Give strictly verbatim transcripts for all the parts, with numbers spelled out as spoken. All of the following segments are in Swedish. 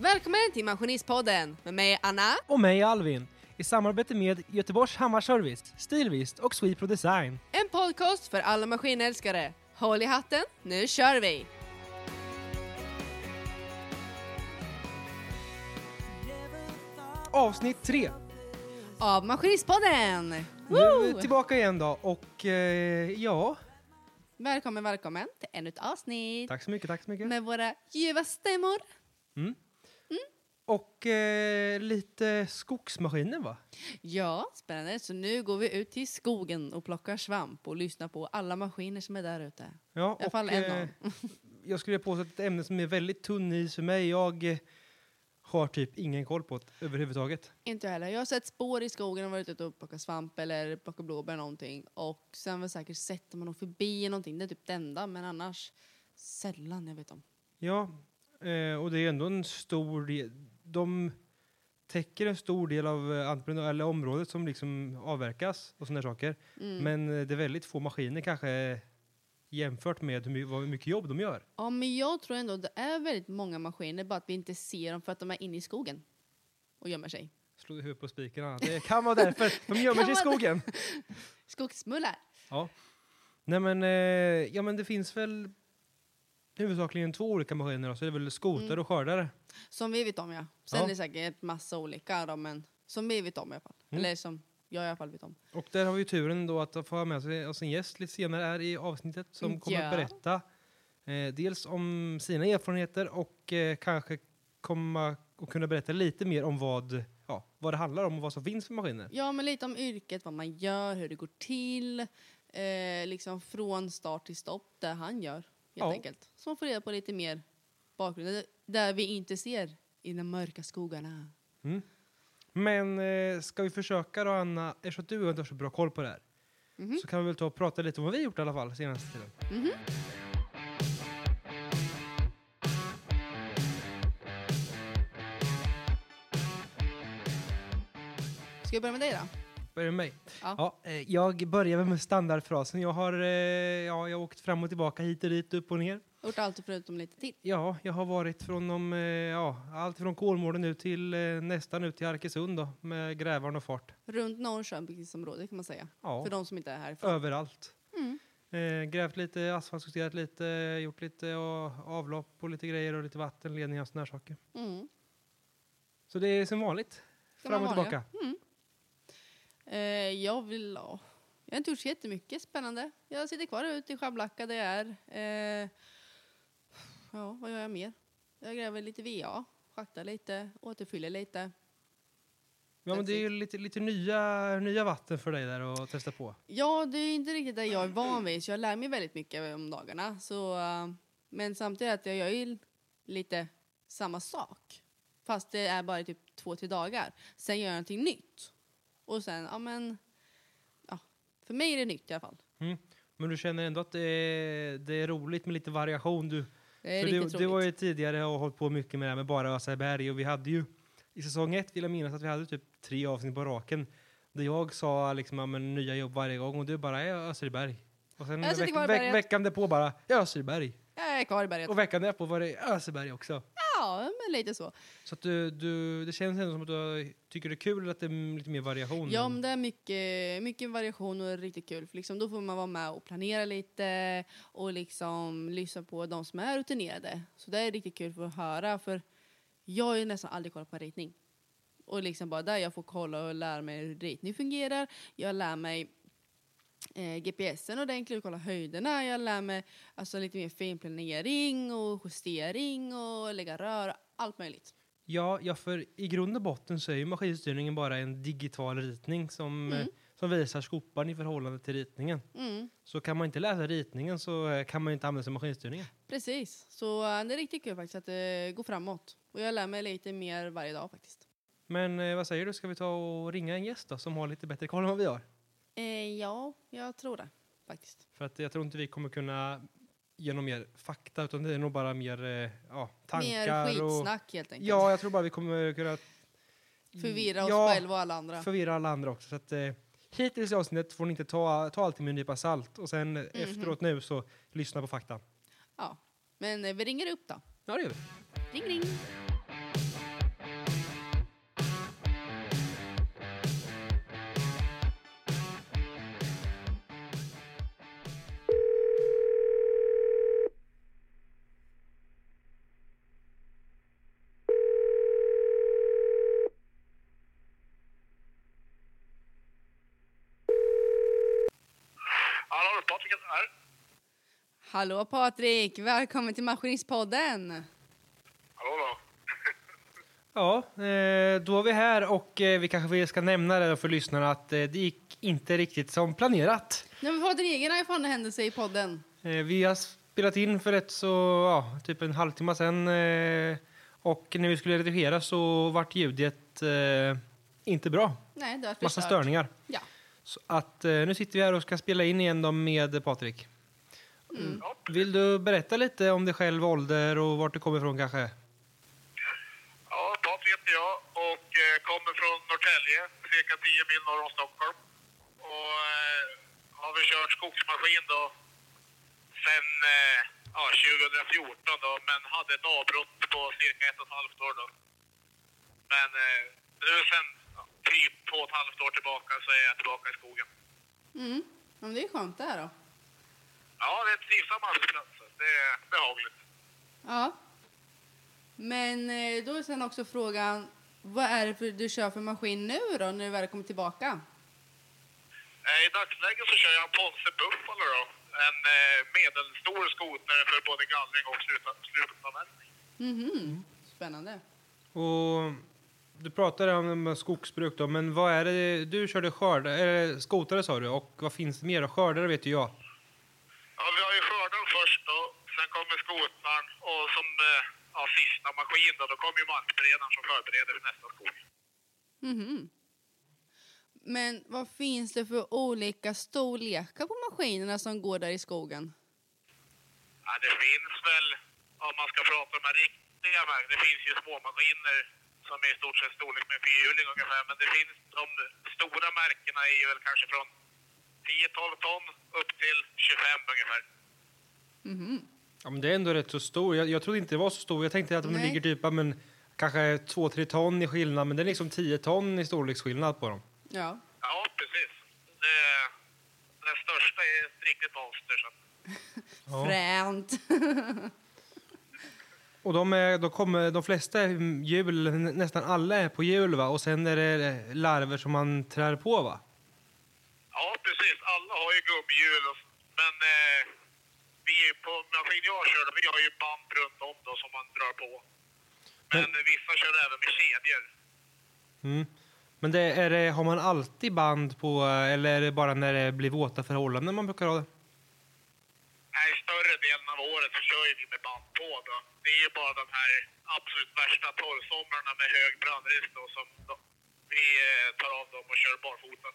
Välkommen till Maskinistpodden med mig Anna och mig Alvin i samarbete med Göteborgs Hammarservice, Stilvist och Sweepro Design. En podcast för alla maskinälskare. Håll i hatten, nu kör vi! Avsnitt tre av Maskinistpodden. Nu är vi tillbaka igen då och eh, ja. Välkommen, välkommen till ännu ett avsnitt. Tack så mycket, tack så mycket. Med våra ljuva stämmor. Mm. Mm. Och eh, lite skogsmaskiner va? Ja, spännande. Så nu går vi ut till skogen och plockar svamp och lyssnar på alla maskiner som är där ute. Ja, I alla fall och, en eh, av. jag skulle påstå att ett ämne som är väldigt tunn is för mig. Jag eh, har typ ingen koll på det överhuvudtaget. Inte heller. Jag har sett spår i skogen och varit ute och plockat svamp eller plockat blåbär eller någonting. Och sen var säkert sett om man någon förbi någonting. Det är typ det enda, men annars sällan jag vet om. Ja, eh, och det är ändå en stor del. De täcker en stor del av entreprenör- eller området som liksom avverkas och sådana saker. Mm. Men det är väldigt få maskiner kanske jämfört med hur mycket, hur mycket jobb de gör. Ja, men jag tror ändå att det är väldigt många maskiner, bara att vi inte ser dem för att de är inne i skogen och gömmer sig. Slå huvudet på spikarna. Det kan vara därför de gömmer sig i skogen. Skogsmullar. Ja. Nej men, eh, ja men det finns väl huvudsakligen två olika maskiner. Så det är väl skotare mm. och skördare. Som vi vet om, ja. Sen ja. är det säkert massa olika då, men som vi vet om i alla fall. Mm. Eller som jag i alla fall vet om. Och där har vi turen då att få ha med sig oss en gäst lite senare här i avsnittet som ja. kommer att berätta eh, dels om sina erfarenheter och eh, kanske komma och kunna berätta lite mer om vad, ja, vad det handlar om och vad som finns för maskiner. Ja, men lite om yrket, vad man gör, hur det går till, eh, liksom från start till stopp, det han gör helt ja. enkelt. Så man får reda på lite mer bakgrund, där vi inte ser i de mörka skogarna. Mm. Men eh, ska vi försöka då, Anna, eftersom att du inte har så bra koll på det här, mm-hmm. så kan vi väl ta och prata lite om vad vi gjort i alla fall senaste tiden. Mm-hmm. Ska jag börja med dig då? Börja med mig? Ja. Ja, eh, jag börjar med standardfrasen. Jag har, eh, ja, jag har åkt fram och tillbaka hit och dit, upp och ner. Gjort allt förutom lite till? Ja, jag har varit från de, eh, ja, allt från Kolmården nu till eh, nästan ut till Arkesund då, med grävarn och fart. Runt Norrköpingsområdet kan man säga. Ja. För de som inte är härifrån. Överallt. Mm. Eh, grävt lite, asfaltjusterat lite, gjort lite och avlopp och lite grejer och lite vattenledningar och såna här saker. Mm. Så det är som vanligt. Ska fram och tillbaka. Mm. Eh, jag vill... Ja. Jag har inte gjort så jättemycket spännande. Jag sitter kvar ute i Schablacka där jag är. Eh, ja, vad gör jag mer? Jag gräver lite V A, schaktar lite, återfyller lite. Ja, men det är ju lite, lite nya, nya vatten för dig där att testa på. Ja, det är inte riktigt det jag är van vid. Så jag lär mig väldigt mycket om dagarna. Så, uh, men samtidigt att jag gör ju lite samma sak. Fast det är bara typ två, tre dagar. Sen gör jag någonting nytt. Och sen, ja men... Ja, för mig är det nytt i alla fall. Mm. Men du känner ändå att det är, det är roligt med lite variation. Du, det är för riktigt du, du var ju tidigare och hållit på mycket med det här med bara Ösaberg. Och vi hade ju i säsong ett, vill jag minnas, att vi hade typ tre avsnitt på raken. Där jag sa liksom, ja, men nya jobb varje gång. Och du bara, är Ösaberg. Och sen veck, veck, veckan därpå bara, Ösaberg. Jag är kvar i berget. Och veckan därpå var det Ösaberg också. Ja, men lite så. Så att du, du, det känns ändå som att du tycker det är kul att det är lite mer variation. Ja, men det är mycket, mycket variation och riktigt kul. För liksom, då får man vara med och planera lite och liksom lyssna på de som är rutinerade. Så det är riktigt kul för att höra. För jag har ju nästan aldrig kollat på en ritning. Och liksom bara där jag får kolla och lära mig hur ritning fungerar. Jag lär mig eh, G P S'en ordentligt och kolla höjderna. Jag lär mig alltså, lite mer finplanering och justering och lägga rör. Allt möjligt. Ja, ja, för i grund och botten så är ju maskinstyrningen bara en digital ritning som, mm. som visar skopan i förhållande till ritningen. Mm. Så kan man inte läsa ritningen så kan man inte använda sig av maskinstyrningen. Precis, så det är riktigt kul faktiskt att det går framåt. Och jag lär mig lite mer varje dag faktiskt. Men eh, vad säger du, ska vi ta och ringa en gäst då, som har lite bättre koll än vad vi har? Eh, ja, jag tror det faktiskt. För att jag tror inte vi kommer kunna ge någon mer fakta, utan det är nog bara mer eh, ja, tankar. Mer skitsnack och, helt enkelt. Ja, jag tror bara vi kommer kunna förvirra oss ja, själva och alla andra. Förvirra alla andra också. Så att, eh, hittills i avsnittet får ni inte ta, ta allting med en nypa salt. Och sen mm-hmm. efteråt nu så lyssna på fakta. Ja, men eh, vi ringer upp då. Ja, det gör vi. Ring, ring. Patrik här. Hallå Patrik, välkommen till Maskinistpodden. Hallå då. Ja, eh, då är vi här och eh, vi kanske ska nämna det för lyssnarna att eh, det gick inte riktigt som planerat. Nej, men Patrik, egen har ju fan händelse i podden. Eh, vi har spelat in för ett så, ja, typ en halvtimme sedan eh, och när vi skulle redigera så vart ljudet eh, inte bra. Nej, det har Massa förstört. störningar. Ja. Så att eh, nu sitter vi här och ska spela in igen dem med Patrik. Mm. Vill du berätta lite om dig själv, ålder och vart du kommer ifrån kanske? Ja, Patrik heter jag och eh, kommer från Norrtälje, cirka tio mil norr om Stockholm. Och eh, har vi kört skogsmaskin då sen eh, ja, tjugohundrafjorton då, men hade ett avbrott på cirka ett och ett halvt år då. Men eh, nu sen ja, typ två och ett halvt år tillbaka så är jag tillbaka i skogen. Mm. Men det är skönt det här då. Ja, det är en trivsam arbetsplats. Det är behagligt. Ja. Men eh, då är sen också frågan, vad är det för du kör för maskin nu då när du väl kommer tillbaka? Eh, I dagsläget så kör jag en Ponsse Buffalo då. En eh, medelstor skoter för både gallring och sluta- slutavverkning. Mhm. Spännande. Och du pratade om skogsbruk då, men vad är det du körde skörda, eller skotare sa du, och vad finns det mer då? Skördare vet ju jag. Ja, vi har ju skörden först då. Sen kommer skotaren och som eh, ja, sista maskin då, då kommer ju markberedaren som förbereder för nästa skog. Mhm. Men vad finns det för olika storlekar på maskinerna som går där i skogen? Ja, det finns väl, om man ska prata om de här riktiga, det finns ju småmaskiner som är i stort sett storlek med fyrhjuling ungefär, men det finns de stora märkena är ju väl kanske från tio till tolv ton upp till tjugofem ungefär. Mhm. Ja, men det är ändå rätt så stor. Jag, jag trodde inte det var så stor. Jag tänkte att de Nej. ligger typ, ja, men kanske två tre ton i skillnad, men det är liksom tio ton i storleksskillnad på dem. Ja. Ja, precis. Det, den största är ett riktigt monster. Så. Ja. Fränt. Och de, är, de, kommer, de flesta är hjul, nästan alla är på hjul va? Och sen är det larver som man trär på va? Ja, precis. Alla har ju gummihjul. och- Men eh, vi är på maskin jag kör, då, vi har ju band runt om då som man drar på. Men Men- vissa kör även med kedjor. Mm. Men det, är det, har man alltid band på, eller är det bara när det blir våta förhållanden man brukar ha det? Nej, större delen av året så kör ju vi med band på då. Det är ju bara de här absolut värsta torrsomrarna med hög brandrisk då som då, vi eh, tar av dem och kör barfota.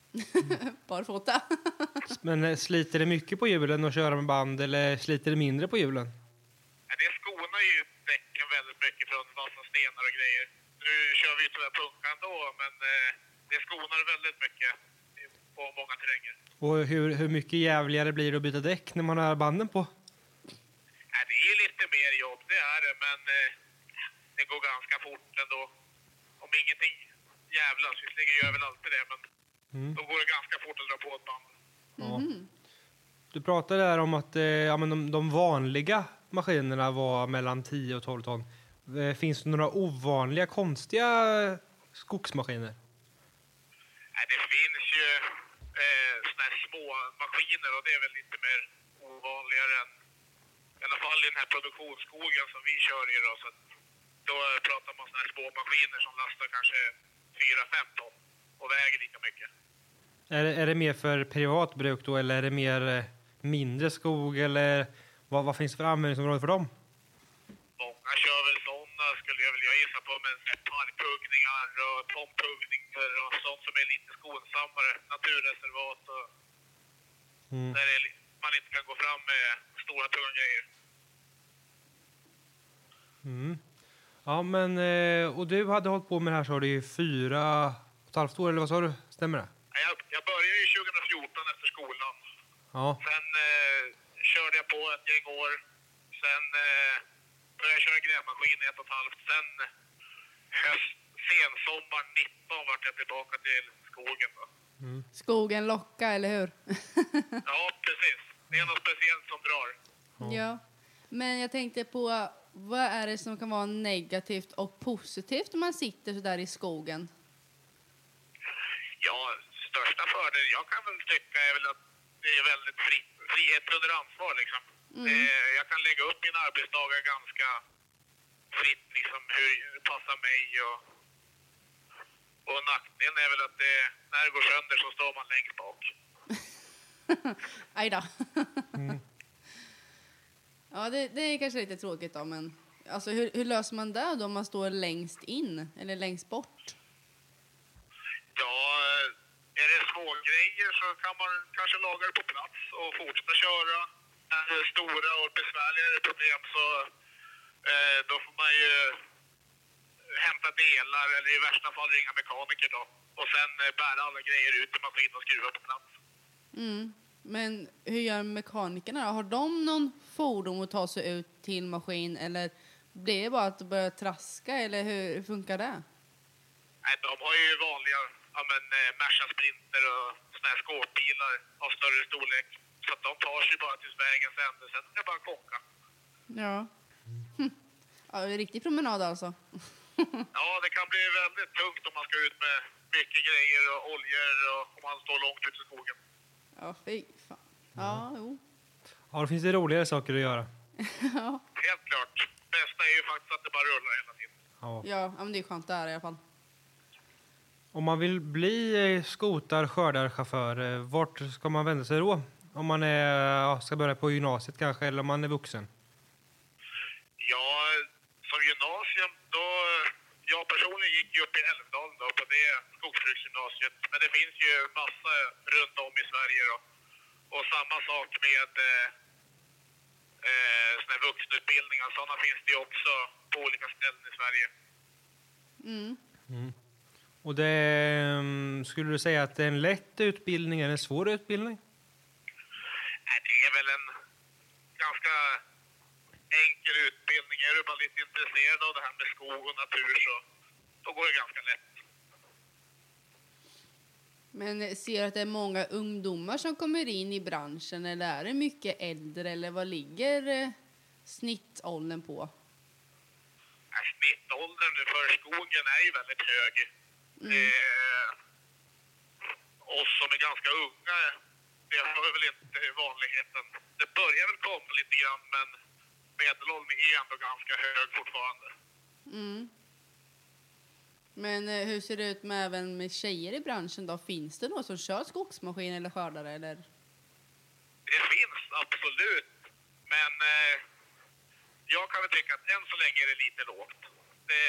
Barfota. Men eh, sliter det mycket på hjulen att köra med band eller sliter det mindre på hjulen? Ja, det skonar ju däcken väldigt mycket från vassa stenar och grejer. Nu kör vi ju tyvärr punka ändå, men eh, det skonar väldigt mycket på många terränger. Och hur, hur mycket jävligare blir det att byta däck när man har banden på? Ja, det är ju lite mer jobb, det är det, men eh, det går ganska fort ändå. Om ingenting jävlas, visserligen gör väl alltid det, men Mm. då går det ganska fort att dra på ett band. Ja. Du pratade där om att eh, ja, men de, de vanliga maskinerna var mellan tio och tolv ton. Eh, Finns det några ovanliga, konstiga skogsmaskiner? Nej, det finns ju eh, såna här små maskiner och det är väl lite mer ovanligare än i alla fall i den här produktionsskogen som vi kör i då. Så att då pratar man såna här små maskiner som lastar kanske fyra fem ton och väger lika mycket. Är, det- är det mer för privat bruk då, eller är det mer eh, mindre skog, eller vad, vad finns det för användningsområde för dem? Många kör väl sådana skulle jag vilja gissa på med så här parkhuggningar och tomthuggningar och sånt som är lite skonsammare. Naturreservat och Mm. där det, li- man inte kan gå fram med stora tunga grejer. Mm. Ja, men eh, och du hade hållit på med det här så har det ju fyra och ett halvt år, eller vad sa du? Stämmer det? Ja, Jag, jag började ju tjugofjorton efter skolan. Ja. Sen eh, körde jag på ett gäng år. Sen eh, började jag köra grävmaskin i ett och ett halvt. Sen höst, sensommar nitton vart jag tillbaka till skogen. Då. Skogen locka, eller hur? Ja, precis. Det är något speciellt som drar. Ja. Men jag tänkte på, vad är det som kan vara negativt och positivt om man sitter så där i skogen? Ja, största fördelen jag kan väl tycka är väl att det är väldigt fritt, frihet under ansvar liksom. Mm. Eh, jag kan lägga upp mina arbetsdagar ganska fritt liksom, hur det passar mig. Och, och nackdelen är väl att det, när det går sönder så står man längst bak. Aj då. Mm. Ja, det, det är kanske lite tråkigt då, men alltså, hur, hur löser man det då om man står längst in eller längst bort? Ja, är det små grejer så kan man kanske laga det på plats och fortsätta köra. Är det stora och besvärligare problem så eh, då får man ju hämta delar eller i värsta fall ringa mekaniker då. Och sen eh, bära alla grejer ut till maskinen och skruva på plats. Mm. Men hur gör mekanikerna då? Har de någon fordon att ta sig ut till maskin eller blir det bara att börja traska eller hur funkar det? Nej, de har ju vanliga ja, men, eh, Merca Sprinter och såna här skåpbilar av större storlek. Så att de tar sig bara till vägens ände. Sen är det bara att konka. Ja. Hm. Ja, det är riktig promenad alltså. Ja, det kan bli väldigt tungt om man ska ut med mycket grejer och oljor och om man står långt ute i skogen. Ja, fy fan. Ja, jo. Ja, då finns det roligare saker att göra. Ja. Helt klart. Bästa är ju faktiskt att det bara rullar hela tiden. Ja. Ja, men det är skönt där i alla fall. Om man vill bli eh, skotar, skördarchaufför, eh, vart ska man vända sig då? Om man är, ja, ska börja på gymnasiet kanske, eller om man är vuxen? Ja, som gymnasium då... Jag personligen gick ju upp i Älvdalen då på det skogsbruksgymnasiet. Men det finns ju massa runt om i Sverige då. Och samma sak med eh, eh, såna här vuxenutbildningar. Sådana finns det ju också på olika ställen i Sverige. Mm. Mm. Och det, um, skulle du säga att det är en lätt utbildning eller en svår utbildning? Nej, det är väl en ganska enkel utbildning. Är du bara lite intresserad av det här med skog och natur så då går det ganska lätt. Men ser du att det är många ungdomar som kommer in i branschen eller är det mycket äldre eller vad ligger eh, snittåldern på? Nej, snittåldern för skogen är ju väldigt hög. Mm. Eh, oss som är ganska unga, det har väl inte vanligheten. Det börjar väl komma lite grann, men medelåldern är ändå ganska hög fortfarande. Mm. Men eh, hur ser det ut med även med tjejer i branschen då? Finns det någon som kör skogsmaskin eller skördare eller? Det finns absolut, men eh, jag kan väl tycka att än så länge är det lite lågt. Det,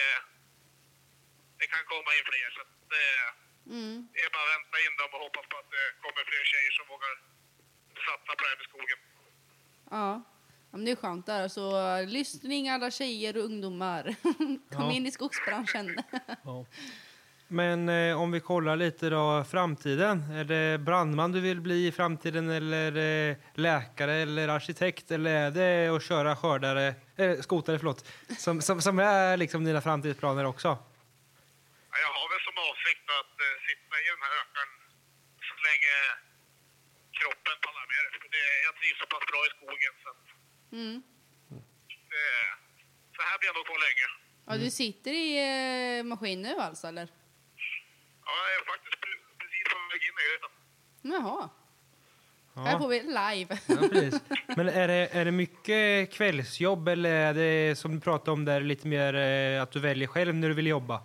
det kan komma in fler, så att, eh, Mm. det är bara att vänta in dem och hoppas på att det kommer fler tjejer som vågar satsa på det här med skogen. Ja. Ja, men det är skönt där. Så uh, lyssning alla tjejer och ungdomar. Kom Ja. in i skogsbranschen. Ja. Men eh, om vi kollar lite då, framtiden. Är det brandman du vill bli i framtiden eller eh, läkare eller arkitekt? Eller är det att köra skördare, eh, skotare förlåt, som, som, som är liksom dina framtidsplaner också? Ja, jag har väl som avsikt att eh, sitta i den här ökaren så länge kroppen pallar med det. För det. Jag trivs så pass bra i skogen så att Mm. det, så här blir jag nog kvar länge. Ja, du sitter i eh, maskin nu alltså eller? Ja, jag är faktiskt pre- precis på väg in i det. Jaha. Här Ja, får vi live. ja precis. Men är det, är det mycket kvällsjobb eller är det som du pratade om där lite mer eh, att du väljer själv när du vill jobba?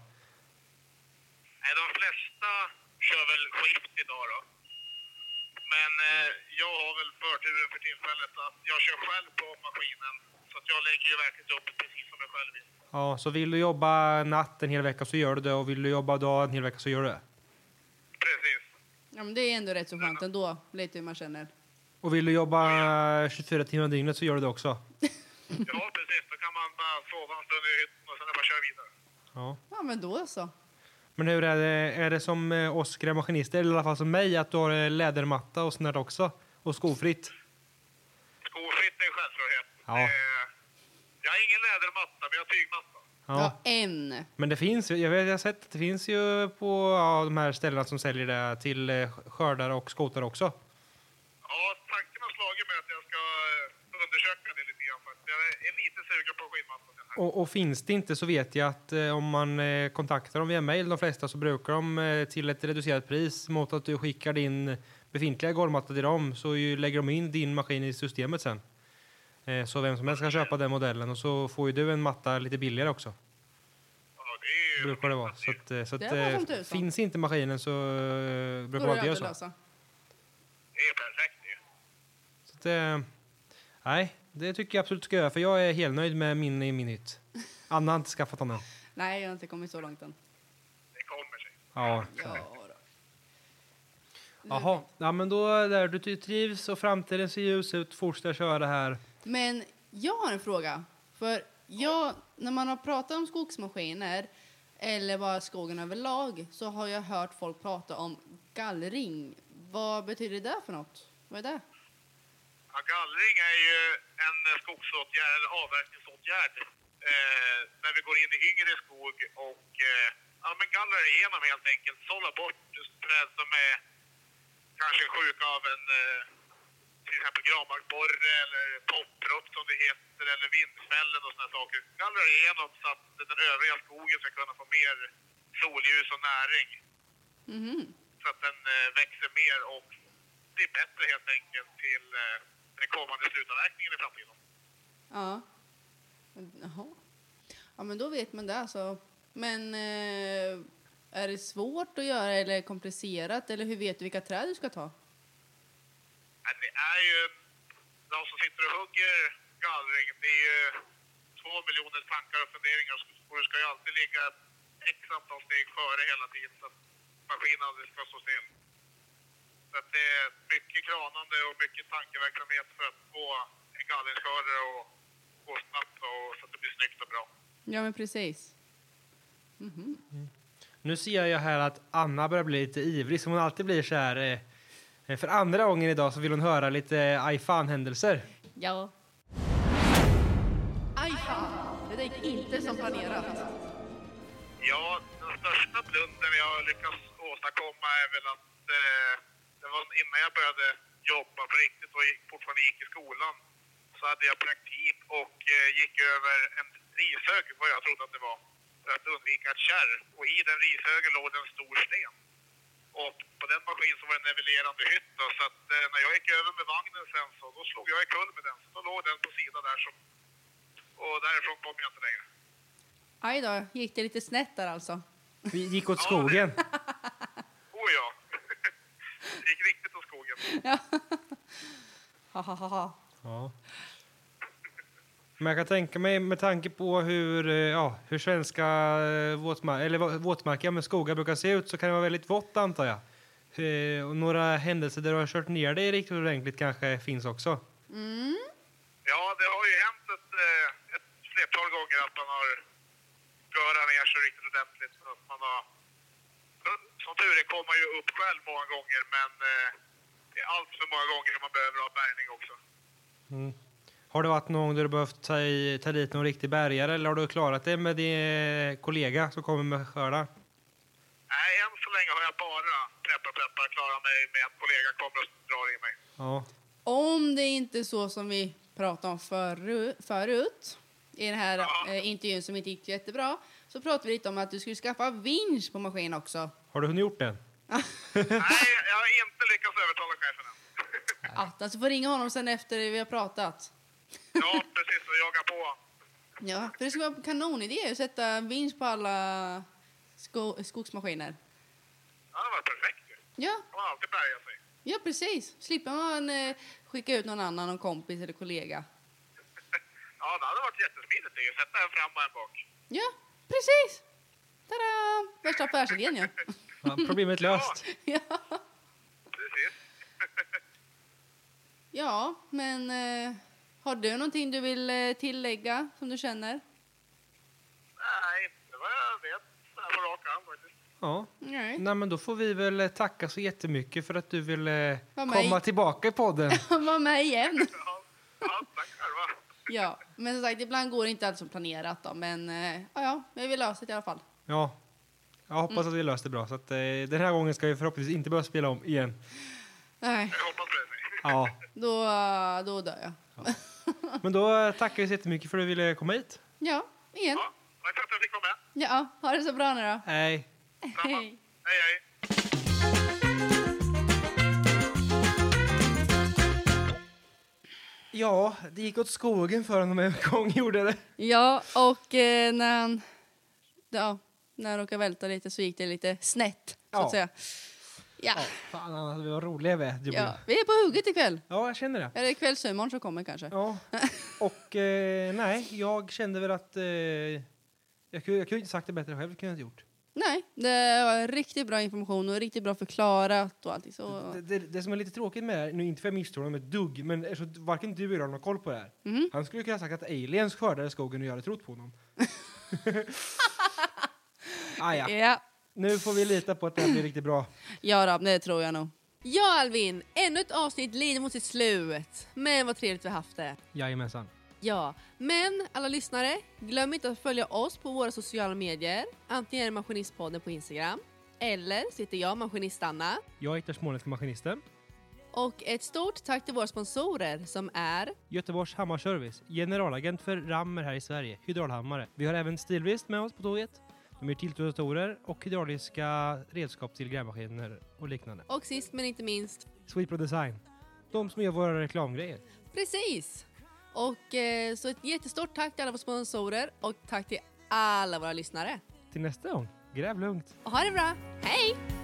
Nej, de flesta kör väl skift idag då. Men eh, jag har väl förturen för tillfället att jag kör själv på maskinen. Så att jag lägger ju verkligen upp precis som jag själv vill. Ja, så vill du jobba natt en hel vecka så gör du det och vill du jobba dag en hel vecka så gör du det. Precis. Ja, men det är ändå rätt så skönt ändå. Lite hur man känner. Och vill du jobba tjugofyra timmar om dygnet så gör du det också. Ja, precis. Då kan man bara sova en stund i hytten och sen är det bara att köra vidare. Ja. Ja, men då så. Men hur är det, är det som eh, oss grävmaskinister, eller i alla fall som mig, att du har eh, lädermatta och sånt där också? Och skofritt? Skofritt är självklarhet. Ja. Eh, jag har ingen lädermatta, men jag har tygmatta. Ja. Ja, en. Men det finns ju, jag vet, jag har sett att det finns ju på ja, de här ställena som säljer det till eh, skördare och skotare också. Ja, tanken har slagit mig att jag ska eh, undersöka det lite grann. För att jag är lite sugen på skidmattan. Här. Och, och finns det inte så vet jag att eh, om man eh, kontaktar dem via mail, de flesta, så brukar de eh, till ett reducerat pris mot att du skickar din befintliga golvmattor till dem så ju lägger de in din maskin i systemet sen. Eh, så vem som helst kan köpa den modellen och så får ju du en matta lite billigare också. Ja, det är ju... Brukar det vara. Så att, eh, så att, Det var som eh, tusan. finns inte maskinen så eh, brukar Går det det vara att så. lösa. Det är perfekt ju. Så att, eh, nej, det tycker jag absolut ska göra för jag är helt nöjd med min i min hytt. Anna har inte skaffat den än. Nej, jag har inte kommit så långt än. Det kommer sig. Ja. Ja, då. Jaha, ja men då där du ty- trivs och framtiden ser ljus ut, fortsätt köra det här. Men jag har en fråga. För jag, när man har pratat om skogsmaskiner eller bara skogen överlag så har jag hört folk prata om gallring. Vad betyder det för något? Vad är det? Ja, gallring är ju en skogsåtgärd, eller avverkningsåtgärd. Eh, när vi går in i yngre skog och eh, ja, men gallrar igenom helt enkelt. Sålla bort träd som är kanske sjuka av en eh, till exempel granbarkborre eller topprott som det heter eller vindfällen och sådana saker. Gallrar igenom så att den övriga skogen ska kunna få mer solljus och näring. Mhm. Så att den eh, växer mer och blir bättre helt enkelt till eh, den kommande slutavverkningen i framtiden. Ja. Jaha. Ja, men då vet man det alltså. Men eh, är det svårt att göra eller komplicerat? Eller hur vet du vilka träd du ska ta? Men det är ju de som sitter och hugger gallring. Det är ju två miljoner tankar och funderingar och du ska ju alltid ligga x antal steg före hela tiden så att maskinen aldrig ska stå still. Så att det är mycket kranande och mycket tankeverksamhet för att få en gallringsskördare och gå snabbt och så att det blir snyggt och bra. Ja, men precis. Mhm. Nu ser jag här att Anna börjar bli lite ivrig som hon alltid blir så här. Eh, för andra gången idag så vill hon höra lite aj fan-händelser. Ja. Aj fan, det gick inte som planerat. Ja, den största blundern jag har lyckats åstadkomma är väl att eh, det var innan jag började jobba på riktigt och gick, fortfarande gick i skolan så hade jag praktik och eh, gick över en rishög vad jag trodde att det var för att undvika ett kärr och i den rishögen låg det en stor sten. Och på den maskinen så var det en nivellerande hytt då, så att eh, när jag gick över med vagnen sen så då slog jag i kull med den så då låg den på sidan där så, och därifrån kom jag inte längre. Aj då, gick det lite snett där alltså? Vi gick åt skogen. Oh ja. Det gick riktigt åt skogen. Ja. Ha, ha, ha, ha. Ja. Men jag kan tänka mig med tanke på hur, eh, ja, hur svenska eh, våtmar- eller vå- våtmarker med skogar brukar se ut så kan det vara väldigt vått antar jag. Eh, och några händelser där du har kört ner dig riktigt ordentligt kanske finns också. Mm. Ja, det har ju hänt ett, eh, ett flertal gånger att man har görat ner sig riktigt ordentligt. Så att man har, som tur är kommer man ju upp själv många gånger men eh, det är allt för många gånger man behöver ha bärgning också. Mm. Har det varit någon gång där du behövt ta, i, ta dit någon riktig bärgare eller har du klarat det med din kollega som kommer med skördar? Nej, än så länge har jag bara preppa preppa klarat mig med att kollega kommer och drar i mig. Ja. Om det inte är så som vi pratade om förut, förut i den här Ja. eh, intervjun som inte gick jättebra så pratade vi lite om att du skulle skaffa vinsch på maskin också. Har du hunnit gjort det? Nej, jag har inte lyckats övertala chefen än. Att, alltså får ringa honom sen efter vi har pratat. Ja, precis. Och jaga på. Ja, för det skulle vara en kanonidé att sätta vinsch på alla sko- skogsmaskiner. Ja, det var perfekt ju. Ja, Man har alltid bärgat sig. ja precis. Slipper man eh, skicka ut någon annan, någon kompis eller kollega. Ja, det hade varit jättesmidigt det. Sätta en fram och en bak. Ja, precis. Tada! Värsta affärsidén ju. Ja, problemet löst. Ja. Precis. Ja, men eh, har du någonting du vill eh, tillägga som du känner? Nej, inte vad jag vet. Så här på rak arm faktiskt. Ja. Nej. Nej, men då får vi väl eh, tacka så jättemycket för att du vill eh, Var med. komma tillbaka i podden. Var med igen. Ja, ja tack själva. Ja, men som sagt, ibland går det inte allt som planerat då. Men eh, ja, ja, vi vill lösa det i alla fall. Ja, jag hoppas att vi löste det bra. Så att, eh, den här gången ska vi förhoppningsvis inte behöva spela om igen. Nej, Jag hoppas det. Ja, då, då dör jag. men då eh, tackar vi så jättemycket för att du ville komma hit. Ja, igen. Ja, tack för att jag fick vara med. Ja, ha det så bra nu då. Hej. Samma. Hej. Hej, hej. Ja, det gick åt skogen för honom en gång, gjorde det. Ja, och eh, när han ja, när han råkade välta lite så gick det lite snett, så Ja. att säga. Ja. Ja, fan, han var roliga vi. Ja, vi är på hugget ikväll. Ja, jag känner det. Är det kvällsömorgon som kommer kanske? Ja, och eh, nej, jag kände väl att eh, jag, kunde, jag kunde inte sagt det bättre själv, det kunde jag inte gjort. Nej, det var riktigt bra information och riktigt bra förklarat och allting så. Det, det, det som är lite tråkigt med det här, nu inte för jag misstror honom ett dugg, men eftersom varken du eller jag har någon koll på det här. Mhm. Han skulle kunna ha sagt att aliens skördade skogen och jag hade trott på honom. ah, ja. Ja. Nu får vi lita på att det här blir riktigt bra. Ja, då, det tror jag nog. Ja, Alvin, ännu ett avsnitt lider mot sitt slut. Men vad trevligt vi har haft det. Jajamensan. Ja, men alla lyssnare, glöm inte att följa oss på våra sociala medier. Antingen är det Maskinistpodden på Instagram, eller sitter jag, Maskinist Anna. Jag heter Småländska Maskinisten. Och ett stort tack till våra sponsorer som är Göteborgs Hammarservice, generalagent för Rammer här i Sverige, hydraulhammare. Vi har även Stilvist med oss på tåget. De är tilltrodatorer och hydrauliska redskap till grävmaskiner och liknande. och sist men inte minst, Sweetpro Design, de som gör våra reklamgrejer. precis. Och eh, så ett jättestort tack till alla våra sponsorer och tack till alla våra lyssnare. Till nästa gång, gräv lugnt. Och ha det bra, hej!